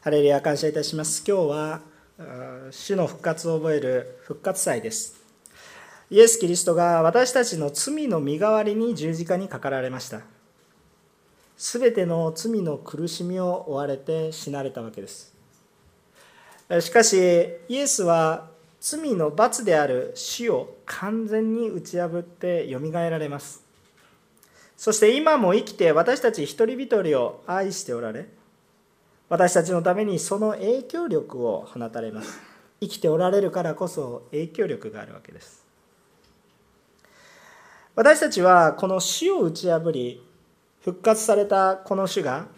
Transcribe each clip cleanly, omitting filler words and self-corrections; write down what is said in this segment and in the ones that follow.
ハレルヤ、感謝いたします。今日は主の復活を覚える復活祭です。イエス・キリストが私たちの罪の身代わりに十字架にかかられました。すべての罪の苦しみを負われて死なれたわけです。しかしイエスは罪の罰である死を完全に打ち破ってよみがえられます。そして今も生きて私たち一人一人を愛しておられ、私たちのためにその影響力を放たれます。生きておられるからこそ影響力があるわけです。私たちはこの死を打ち破り復活されたこの主が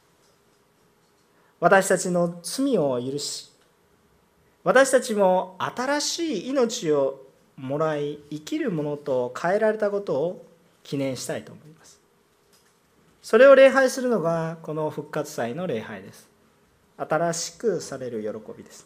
私たちの罪を許し、私たちも新しい命をもらい生きるものと変えられたことを記念したいと思います。それを礼拝するのがこの復活祭の礼拝です。新しくされる喜びです。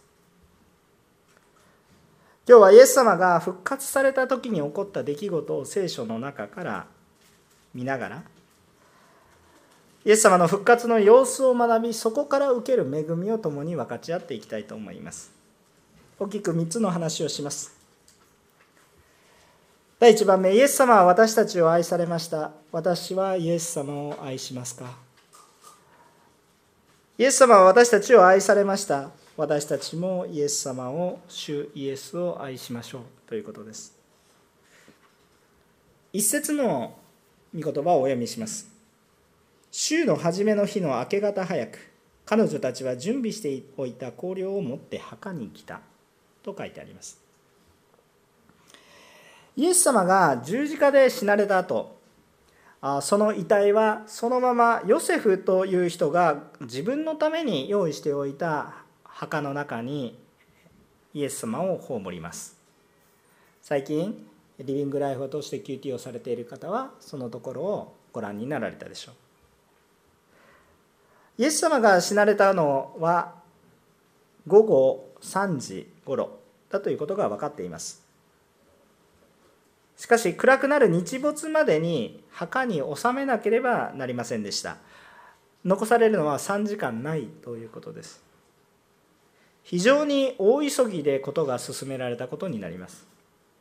今日はイエス様が復活された時に起こった出来事を聖書の中から見ながら、イエス様の復活の様子を学び、そこから受ける恵みを共に分かち合っていきたいと思います。大きく3つの話をします。第1番目、イエス様は私たちを愛されました。私はイエス様を愛しますか。イエス様は私たちを愛されました。私たちもイエス様を、主イエスを愛しましょうということです。一節の御言葉をお読みします。週の初めの日の明け方早く、彼女たちは準備しておいた香料を持って墓に来たと書いてあります。イエス様が十字架で死なれた後、その遺体はそのままヨセフという人が自分のために用意しておいた墓の中にイエス様を葬ります。最近リビングライフを通して QT をされている方はそのところをご覧になられたでしょう。イエス様が死なれたのは午後3時頃だということが分かっています。しかし暗くなる日没までに墓に納めなければなりませんでした。残されるのは3時間ないということです。非常に大急ぎでことが進められたことになります。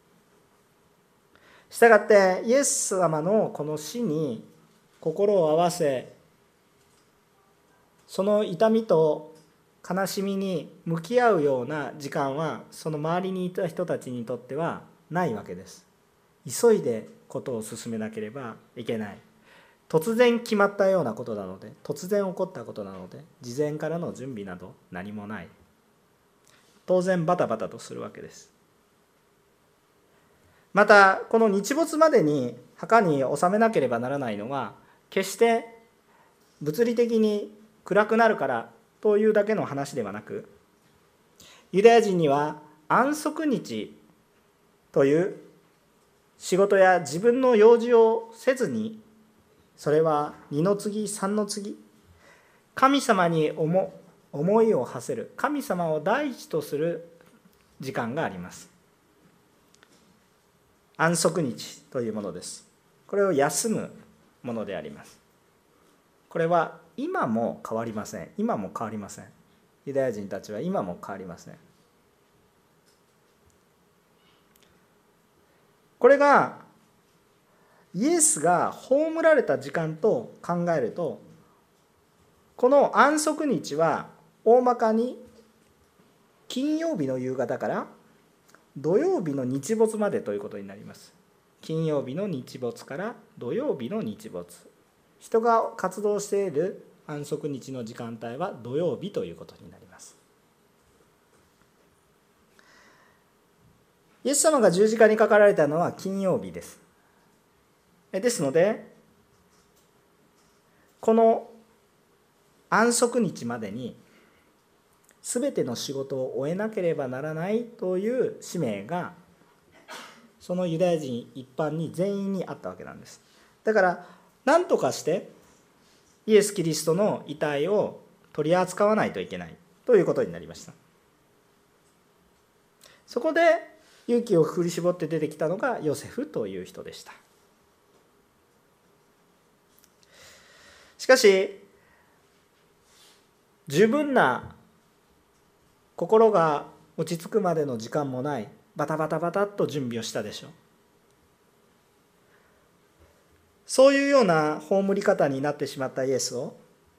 したがってイエス様のこの死に心を合わせ、その痛みと悲しみに向き合うような時間はその周りにいた人たちにとってはないわけです。急いでことを進めなければいけない。突然決まったようなことなので、突然起こったことなので、事前からの準備など何もない。当然バタバタとするわけです。またこの日没までに墓に納めなければならないのは、決して物理的に暗くなるからというだけの話ではなく、ユダヤ人には安息日という仕事や自分の用事をせずに、それは二の次三の次、神様に思いを馳せる、神様を第一とする時間があります。安息日というものです。これを休むものであります。これは今も変わりません。今も変わりません。ユダヤ人たちは今も変わりません。これがイエスが葬られた時間と考えると、この安息日は大まかに金曜日の夕方から土曜日の日没までということになります。金曜日の日没から土曜日の日没、人が活動している安息日の時間帯は土曜日ということになります。イエス様が十字架にかかられたのは金曜日です。ですのでこの安息日までに全ての仕事を終えなければならないという使命がそのユダヤ人一般に全員にあったわけなんです。だから何とかしてイエス・キリストの遺体を取り扱わないといけないということになりました。そこで勇気を振り絞って出てきたのがヨセフという人でした。しかし十分な心が落ち着くまでの時間もない、バタバタバタっと準備をしたでしょう。そういうような葬り方になってしまったイエスを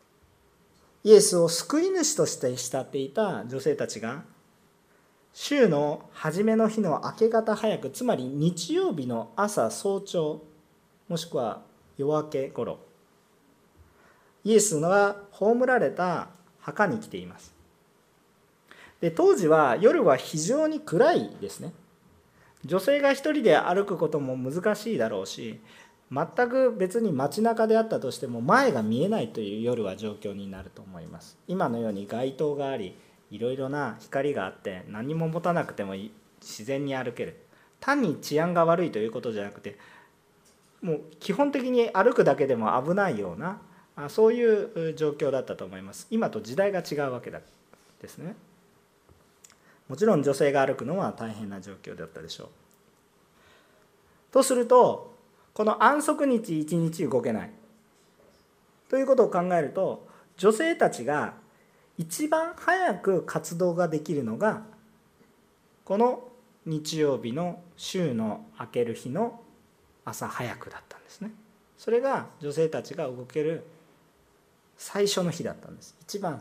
救い主として慕っていた女性たちが、週の初めの日の明け方早く、つまり日曜日の朝早朝、もしくは夜明け頃、イエスが葬られた墓に来ています。で、当時は夜は非常に暗いですね。女性が一人で歩くことも難しいだろうし、全く別に街中であったとしても前が見えないという夜は状況になると思います。今のように街灯があり、いろいろな光があって何も持たなくても自然に歩ける。単に治安が悪いということじゃなくて、もう基本的に歩くだけでも危ないような、そういう状況だったと思います。今と時代が違うわけですね。もちろん女性が歩くのは大変な状況だったでしょう。とすると、この安息日一日動けないということを考えると、女性たちが一番早く活動ができるのがこの日曜日の週の明ける日の朝早くだったんですね。それが女性たちが動ける最初の日だったんです。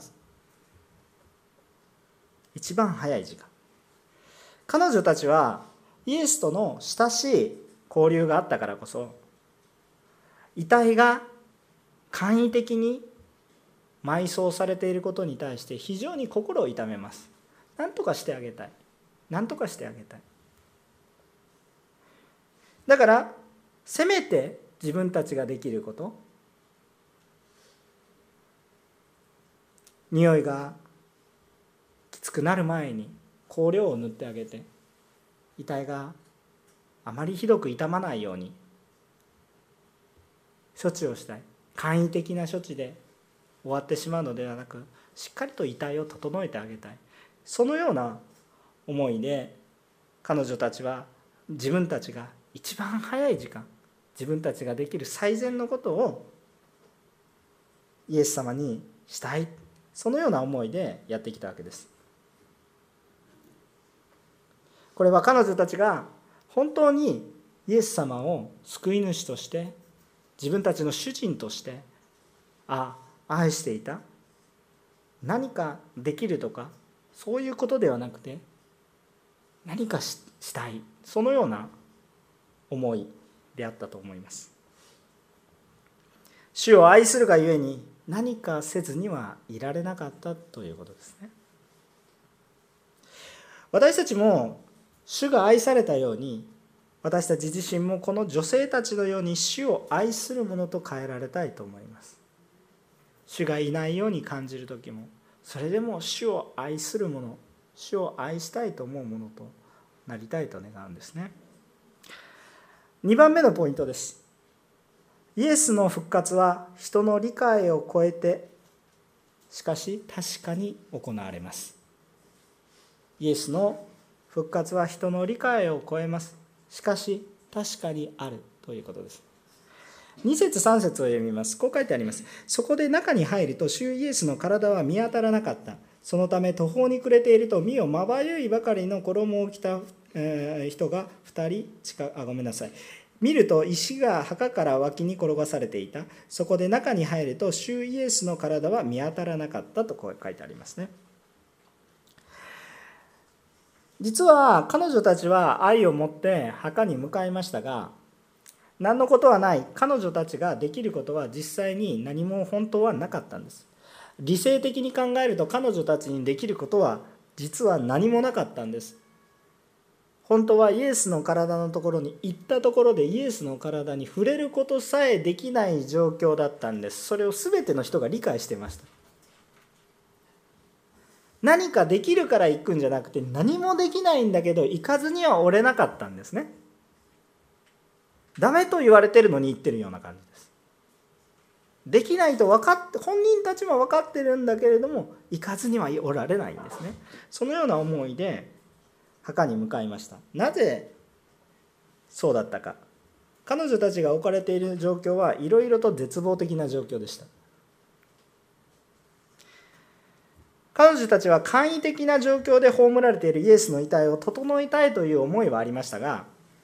一番早い時間。彼女たちはイエスとの親しい交流があったからこそ、遺体が簡易的に埋葬されていることに対して非常に心を痛めます。何とかしてあげたい。何とかしてあげたい。だからせめて自分たちができること、匂いがきつくなる前に香料を塗ってあげて、遺体があまりひどく傷まないように処置をしたい。簡易的な処置で終わってしまうのではなく、しっかりと遺体を整えてあげたい。そのような思いで彼女たちは自分たちが一番早い時間、自分たちができる最善のことをイエス様にしたい、そのような思いでやってきたわけです。これは彼女たちが本当にイエス様を救い主として、自分たちの主人として愛していた、何かできるとかそういうことではなくて、何かしたい、そのような思いであったと思います。主を愛するがゆえに何かせずにはいられなかったということですね。私たちも主が愛されたように、私たち自身もこの女性たちのように主を愛するものと変えられたいと思います。主がいないように感じる時も、それでも主を愛するもの、主を愛したいと思うものとなりたいと願うんですね。2番目のポイントです。イエスの復活は人の理解を超えて、しかし確かに行われます。イエスの復活は人の理解を超えます。しかし確かにあるということです。2節3節を読みます。こう書いてあります。そこで中に入ると、主イエスの体は見当たらなかった。そのため途方に暮れていると、見よまばゆいばかりの衣を着た人が2人見ると石が墓から脇に転がされていた。そこで中に入ると、主イエスの体は見当たらなかったとこう書いてありますね。実は彼女たちは愛を持って墓に向かいましたが、何のことはない。彼女たちができることは実際に何も本当はなかったんです。理性的に考えると彼女たちにできることは実は何もなかったんです。本当はイエスの体のところに行ったところでイエスの体に触れることさえできない状況だったんです。それを全ての人が理解していました。何かできるから行くんじゃなくて、何もできないんだけど行かずにはおれなかったんですね。ダメと言われてるのに行ってるような感じです。できないと分かって、本人たちも分かってるんだけれども行かずにはおられないんですね。そのような思いで墓に向かいました。なぜそうだったか。彼女たちが置かれている状況はいろいろと絶望的な状況でした。 彼女たちは簡易的な状況で葬られているイエスの遺体を整えたいという思いはありましたが、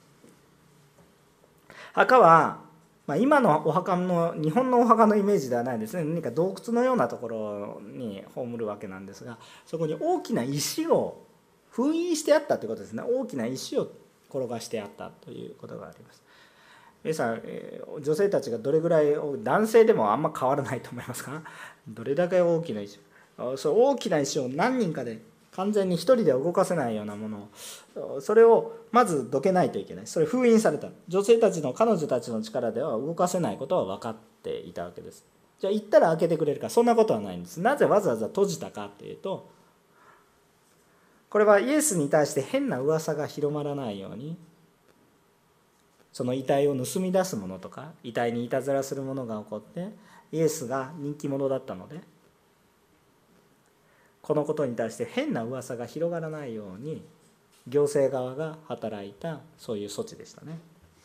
墓は、今のお墓の日本のお墓のイメージではないですね。何か洞窟のようなところに葬るわけなんですが、そこに大きな石を封印してあったということですね。大きな石を転がしてあったということがあります。皆さん、女性たちがどれぐらい、男性でもあんま変わらないと思いますか？どれだけ大きな石、そう大きな石を何人かで完全に一人では動かせないようなものを、それをまずどけないといけない。それ封印された。女性たちの、彼女たちの力では動かせないことは分かっていたわけです。じゃあ行ったら開けてくれるか、そんなことはないんです。なぜわざわざ閉じたかというと、これはイエスに対して変な噂が広まらないように、その遺体を盗み出すものとか遺体にいたずらするものが起こって、イエスが人気者だったので、このことに対して変な噂が広がらないように行政側が働いた、そういう措置でしたね。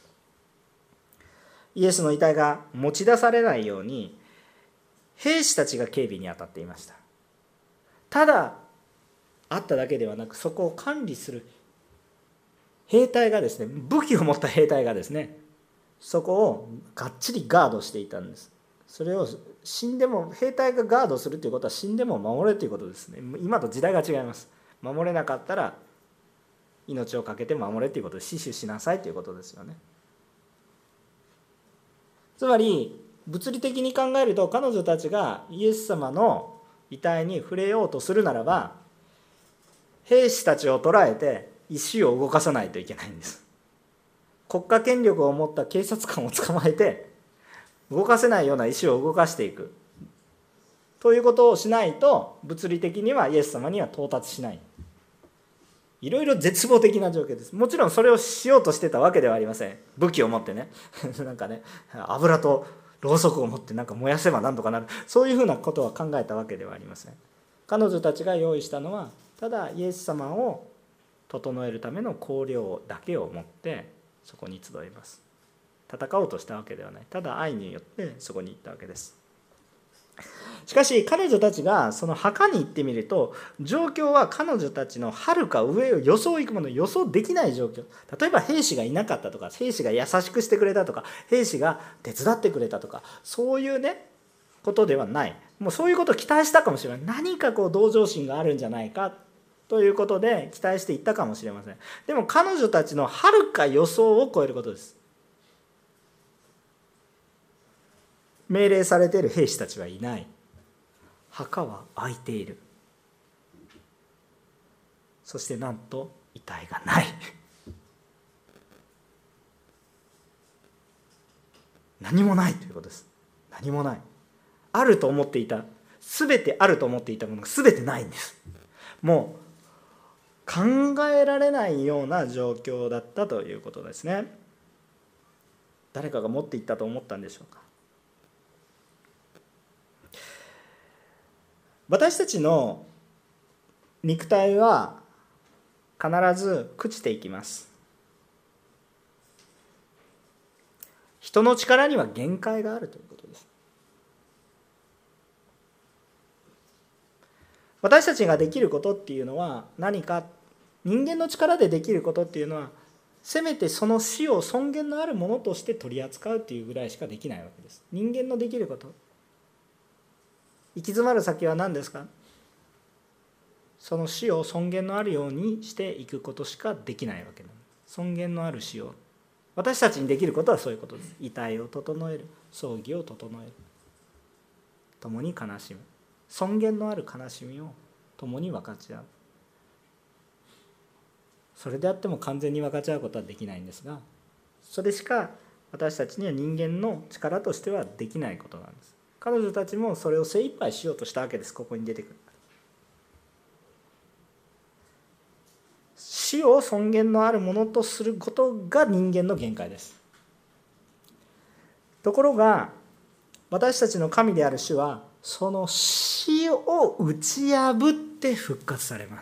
イエスの遺体が持ち出されないように兵士たちが警備に当たっていました。ただあっただけではなく、そこを管理する兵隊がですね、武器を持った兵隊がですね、そこをがっちりガードしていたんです。それを死んでも、兵隊がガードするということは死んでも守れということですね。今と時代が違います。守れなかったら命を懸けて守れということで、死守しなさいということですよね。つまり物理的に考えると、彼女たちがイエス様の遺体に触れようとするならば、兵士たちを捕らえて石を動かさないといけないんです。国家権力を持った警察官を捕まえて動かせないような石を動かしていくということをしないと、物理的にはイエス様には到達しない。いろいろ絶望的な状況です。もちろんそれをしようとしてたわけではありません。武器を持ってねなんかね、油とろうそくを持ってなんか燃やせばなんとかなる、そういうふうなことは考えたわけではありません。彼女たちが用意したのは、ただイエス様を整えるための香料だけを持ってそこに集います。戦おうとしたわけではない。ただ愛によってそこに行ったわけです。しかし彼女たちがその墓に行ってみると、状況は彼女たちのはるか上を予想いくもの、予想できない状況。例えば兵士がいなかったとか、兵士が優しくしてくれたとか、兵士が手伝ってくれたとか、そういうねことではない。もうそういうことを期待したかもしれない。何か同情心があるんじゃないかということで期待していったかもしれません。でも彼女たちのはるか予想を超えることです。命令されている兵士たちはいない。墓は開いている。そしてなんと遺体がない何もないということです。何もない。あると思っていた、全てあると思っていたものが全てないんです。もう考えられないような状況だったということですね。誰かが持っていったと思ったんでしょうか。私たちの肉体は必ず朽ちていきます。人の力には限界があるということです。私たちができることっていうのは何か、人間の力でできることっていうのは、せめてその死を尊厳のあるものとして取り扱うっていうぐらいしかできないわけです。人間のできること、行き詰まる先は何ですか。その死を尊厳のあるようにしていくことしかできないわけなんです。尊厳のある死を、私たちにできることはそういうことです。遺体を整える、葬儀を整える、共に悲しむ、尊厳のある悲しみを共に分かち合う。それであっても完全に分かち合うことはできないんですが、それしか私たちには人間の力としてはできないことなんです。彼女たちもそれを精一杯しようとしたわけです。ここに出てくる死を尊厳のあるものとすることが人間の限界です。ところが私たちの神である主は、その死を打ち破って復活されます。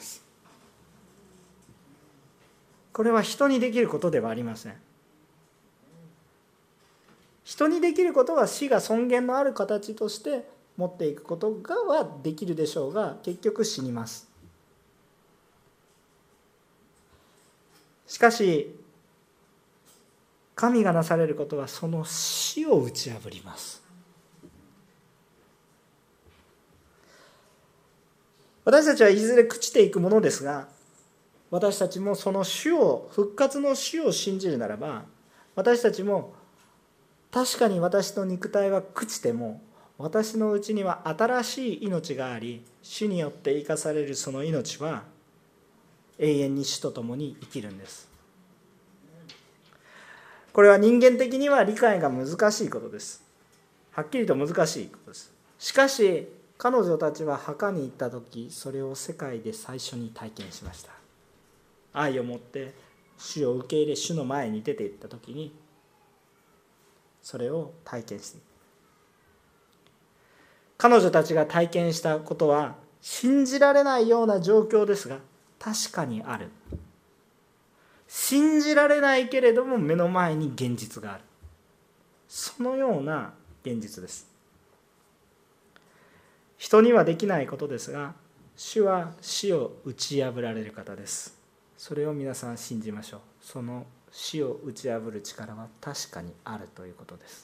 これは人にできることではありません。人にできることは死が尊厳のある形として持っていくことがはできるでしょうが、結局死にます。しかし神がなされることはその死を打ち破ります。私たちはいずれ朽ちていくものですが、私たちもその復活の死を信じるならば、私たちも確かに私の肉体は朽ちても、私のうちには新しい命があり、主によって生かされるその命は永遠に主と共に生きるんです。これは人間的には理解が難しいことです。はっきりと難しいことです。しかし彼女たちは墓に行った時、それを世界で最初に体験しました。愛を持って主を受け入れ、主の前に出て行った時にそれを体験している。彼女たちが体験したことは信じられないような状況ですが、確かにある。信じられないけれども目の前に現実がある、そのような現実です。人にはできないことですが、主は死を打ち破られる方です。それを皆さん信じましょう。その死を打ち破る力は確かにあるということです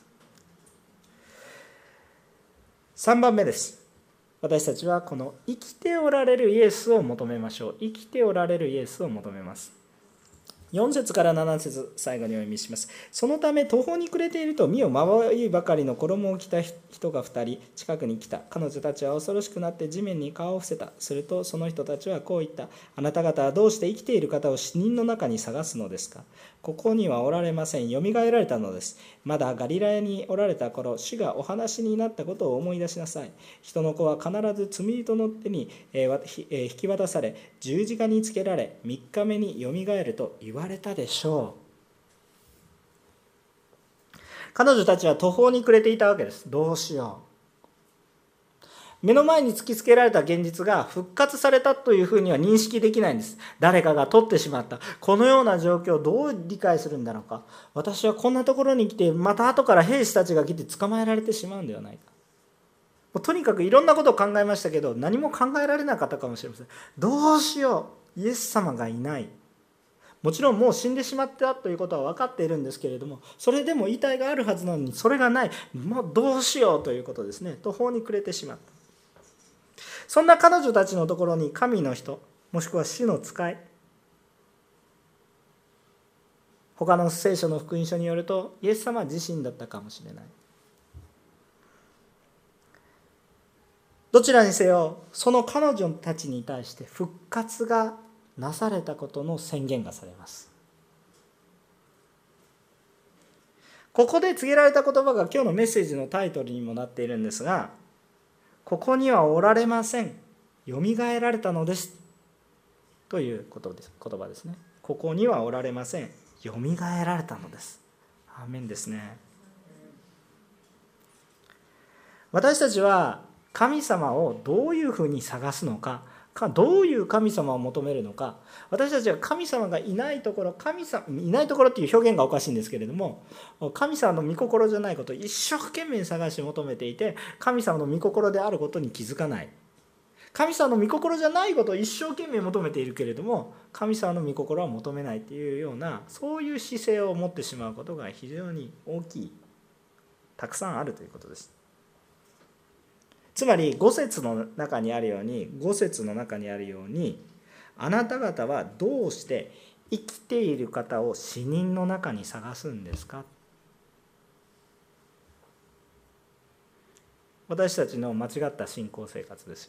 。3番目です。私たちはこの生きておられるイエスを求めましょう。生きておられるイエスを求めます。4節から7節、最後にお読みします。そのため途方に暮れていると、見よ、まばゆいばかりの衣を着た人が2人近くに来た。彼女たちは恐ろしくなって地面に顔を伏せた。するとその人たちはこう言った。あなた方はどうして生きている方を死人の中に探すのですか。ここにはおられません。よみがえられたのです。まだガリラヤにおられた頃、主がお話になったことを思い出しなさい。人の子は必ず罪人の手に引き渡され、十字架につけられ、3日目によみがえると言われたでしょう。彼女たちは途方に暮れていたわけです。どうしよう。目の前に突きつけられた現実が復活されたというふうには認識できないんです。誰かが取ってしまった。このような状況をどう理解するんだろうか。私はこんなところに来て、また後から兵士たちが来て捕まえられてしまうんではないか。とにかくいろんなことを考えましたけど、何も考えられなかったかもしれません。どうしよう。イエス様がいない。もちろんもう死んでしまったということは分かっているんですけれども、それでも遺体があるはずなのにそれがない。もうどうしようということですね。途方に暮れてしまった。そんな彼女たちのところに神の人、もしくは主の使い、他の聖書の福音書によるとイエス様自身だったかもしれない。どちらにせよ、その彼女たちに対して復活がなされたことの宣言がされます。ここで告げられた言葉が今日のメッセージのタイトルにもなっているんですが、ここにはおられません。よみがえられたのですという言葉ですね。ここにはおられません。よみがえられたのです。アーメンですね。私たちは神様をどういうふうに探すのか、どういう神様を求めるのか。私たちは神様がいないところ、いないところっていう表現がおかしいんですけれども、神様の御心じゃないことを一生懸命探し求めていて、神様の御心であることに気づかない。神様の御心じゃないことを一生懸命求めているけれども、神様の御心は求めないというような、そういう姿勢を持ってしまうことが非常に大きい、たくさんあるということです。つまり5節の中にあるように、あなた方はどうして生きている方を死人の中に探すんですか。私たちの間違った信仰生活ですよ。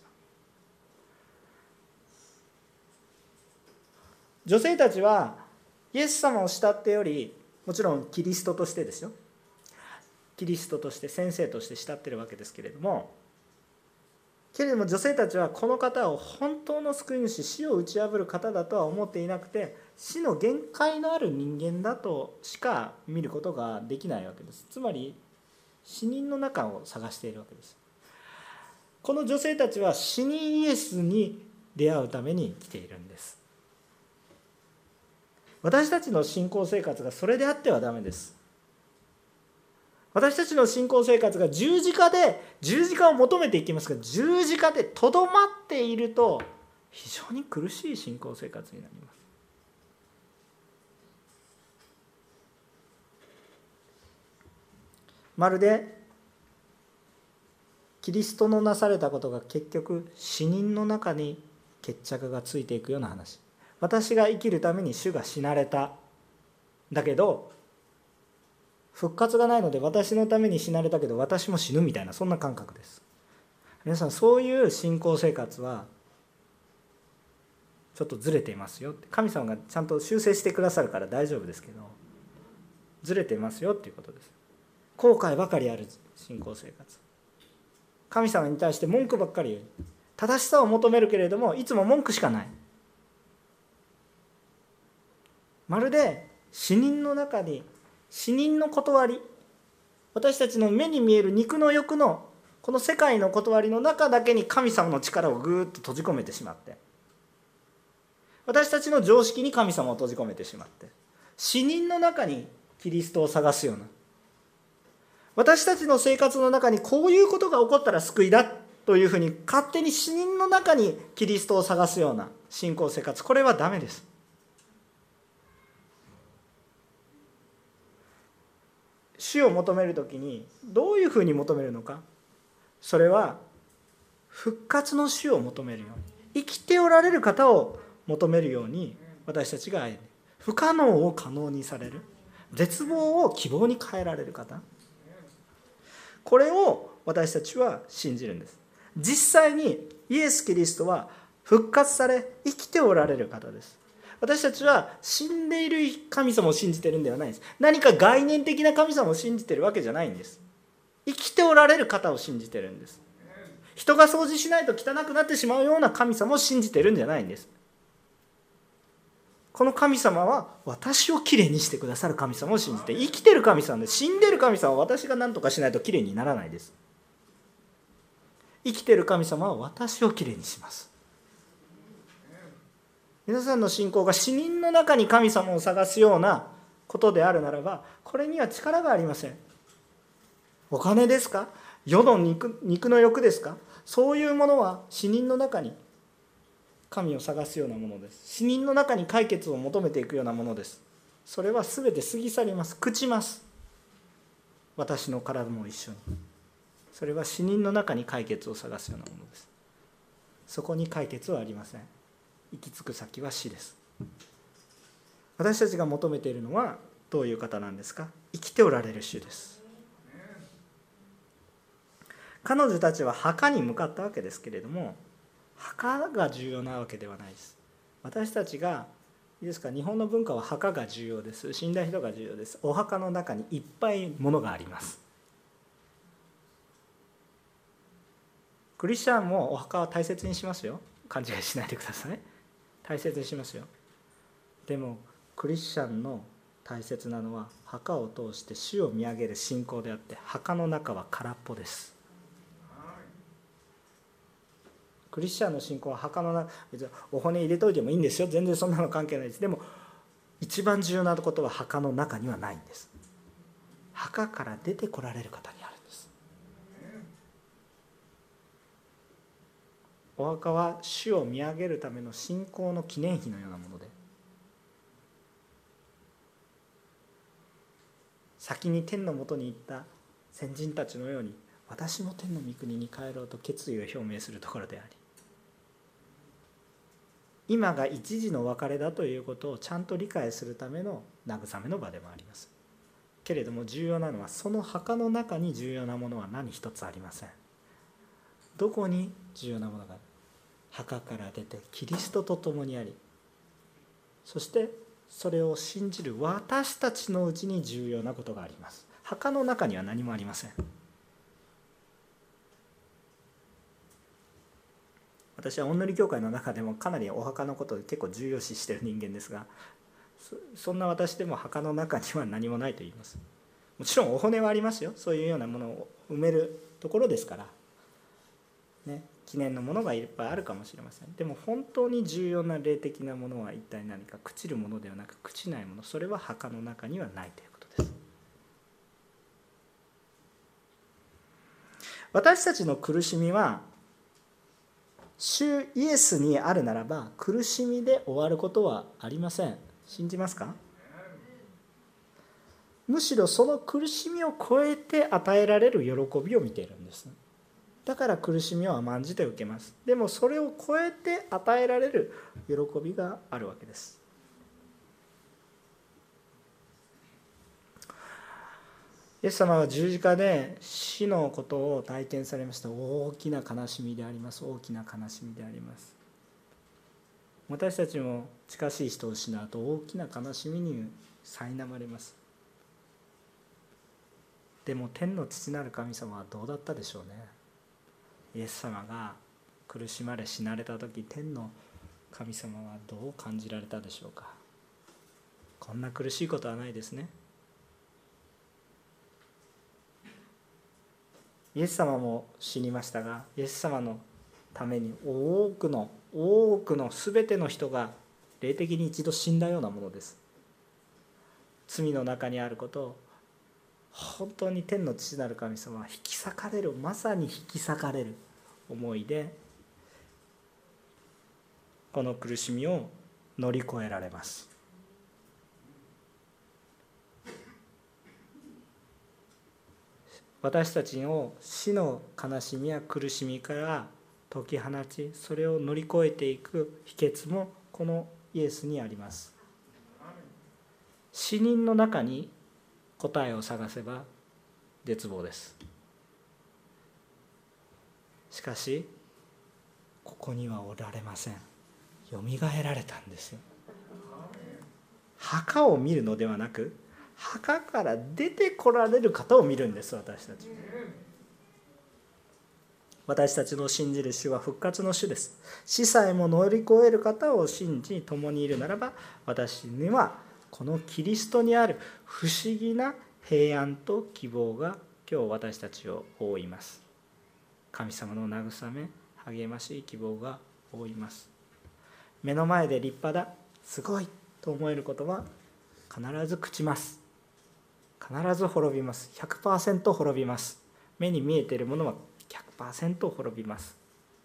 女性たちはイエス様を慕っており、もちろんキリストとしてですよ。キリストとして、先生として慕っているわけですけれども、女性たちはこの方を本当の救い主、死を打ち破る方だとは思っていなくて、死の限界のある人間だとしか見ることができないわけです。つまり死人の中を探しているわけです。この女性たちは死人イエスに出会うために来ているんです。私たちの信仰生活がそれであってはダメです。 私たちの信仰生活が十字架を求めていきますが、十字架でとどまっていると非常に苦しい信仰生活になります。まるでキリストのなされたことが結局死人の中に決着がついていくような話。私が生きるために主が死なれた。だけど復活がないので私のために死なれたけど私も死ぬみたいな、そんな感覚です。皆さん、そういう信仰生活はちょっとずれていますよって、神様がちゃんと修正してくださるから大丈夫ですけど、ずれていますよっていうことです。後悔ばかりある信仰生活、神様に対して文句ばっかり言う、正しさを求めるけれどもいつも文句しかない、まるで死人の中に死人の断り、私たちの目に見える肉の欲のこの世界の断りの中だけに神様の力をぐーっと閉じ込めてしまって、私たちの常識に神様を閉じ込めてしまって、死人の中にキリストを探すような、私たちの生活の中にこういうことが起こったら救いだというふうに勝手に死人の中にキリストを探すような信仰生活、これはダメです。主を求めるときにどういうふうに求めるのか、それは復活の主を求めるように、生きておられる方を求めるように私たちが歩んで、不可能を可能にされる、絶望を希望に変えられる方、これを私たちは信じるんです。実際にイエス・キリストは復活され生きておられる方です。私たちは死んでいる神様を信じているんではないです。何か概念的な神様を信じているわけじゃないんです。生きておられる方を信じているんです。人が掃除しないと汚くなってしまうような神様を信じているんじゃないんです。この神様は私をきれいにしてくださる神様を信じて、生きている神様です。死んでいる神様は私が何とかしないときれいにならないです。生きている神様は私をきれいにします。皆さんの信仰が死人の中に神様を探すようなことであるならば、これには力がありません。お金ですか、世の肉の欲ですか、そういうものは死人の中に神を探すようなものです。死人の中に解決を求めていくようなものです。それは全て過ぎ去ります。朽ちます。私の体も一緒に。それは死人の中に解決を探すようなものです。そこに解決はありません。行き着く先は死です。私たちが求めているのはどういう方なんですか。生きておられる主です。彼女たちは墓に向かったわけですけれども、墓が重要なわけではないです。私たちがいいですか、日本の文化は墓が重要です。死んだ人が重要です。お墓の中にいっぱいものがあります。クリスチャンもお墓は大切にしますよ。勘違いしないでください。大切にしますよ。でもクリスチャンの大切なのは墓を通して主を見上げる信仰であって、墓の中は空っぽです。クリスチャンの信仰は墓の中、別にお骨入れといてもいいんですよ。全然そんなの関係ないです。でも一番重要なことは墓の中にはないんです。墓から出てこられる方にあるんです。お墓は主を見上げるための信仰の記念碑のようなもので、先に天のもとに行った先人たちのように、私も天の御国に帰ろうと決意を表明するところであり、今が一時の別れだということをちゃんと理解するための慰めの場でもあります。けれども重要なのは、その墓の中に重要なものは何一つありません。どこに重要なものがある？墓から出てキリストと共にあり、そしてそれを信じる私たちのうちに重要なことがあります。墓の中には何もありません。私は御塗教会の中でもかなりお墓のことを結構重要視している人間ですが、そんな私でも墓の中には何もないと言います。もちろんお骨はありますよ。そういうようなものを埋めるところですから、ね、記念のものがいっぱいあるかもしれません。でも本当に重要な霊的なものは一体何か、朽ちるものではなく朽ちないもの、それは墓の中にはないということです。 私たちの苦しみは主イエスにあるならば、苦しみで終わることはありません。信じますか？むしろその苦しみを超えて与えられる喜びを見ているんです。だから苦しみを甘んじて受けます。でもそれを超えて与えられる喜びがあるわけです。イエス様は十字架で死のことを体験されました。大きな悲しみであります。大きな悲しみであります。私たちも近しい人を失うと大きな悲しみに苛まれます。でも天の父なる神様はどうだったでしょうね。イエス様が苦しまれ死なれた時、天の神様はどう感じられたでしょうか。こんな苦しいことはないですね。イエス様も死にましたが、イエス様のために多くの全ての人が霊的に一度死んだようなものです。罪の中にあることを本当に天の父なる神様は引き裂かれる、まさに引き裂かれる思いでこの苦しみを乗り越えられます。私たちを死の悲しみや苦しみから解き放ち、それを乗り越えていく秘訣もこのイエスにあります。死人の中に答えを探せば絶望です。しかしここにはおられません。よみがえられたんですよ。墓を見るのではなく、墓から出てこられる方を見るんです。私たちの信じる主は復活の主です。死さえも乗り越える方を信じ共にいるならば、私にはこのキリストにある不思議な平安と希望が今日私たちを覆います。神様の慰め、励ましい希望が覆います。目の前で立派だ、すごいと思えることは必ず朽ちます。必ず滅びます。 100% 滅びます。目に見えているものは 100% 滅びます。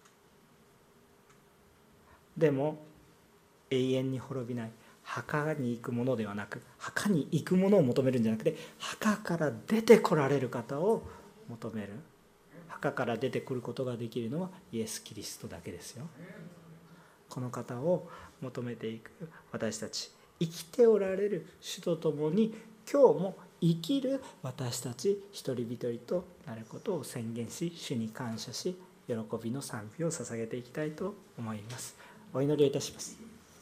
でも永遠に滅びない、墓に行くものではなく、墓に行くものを求めるんじゃなくて、墓から出てこられる方を求める。墓から出てくることができるのはイエス・キリストだけですよ。この方を求めていく私たち、生きておられる主と共に今日も生きる私たち一人一人となることを宣言し、主に感謝し、喜びの賛美を捧げていきたいと思います。お祈りをいたします。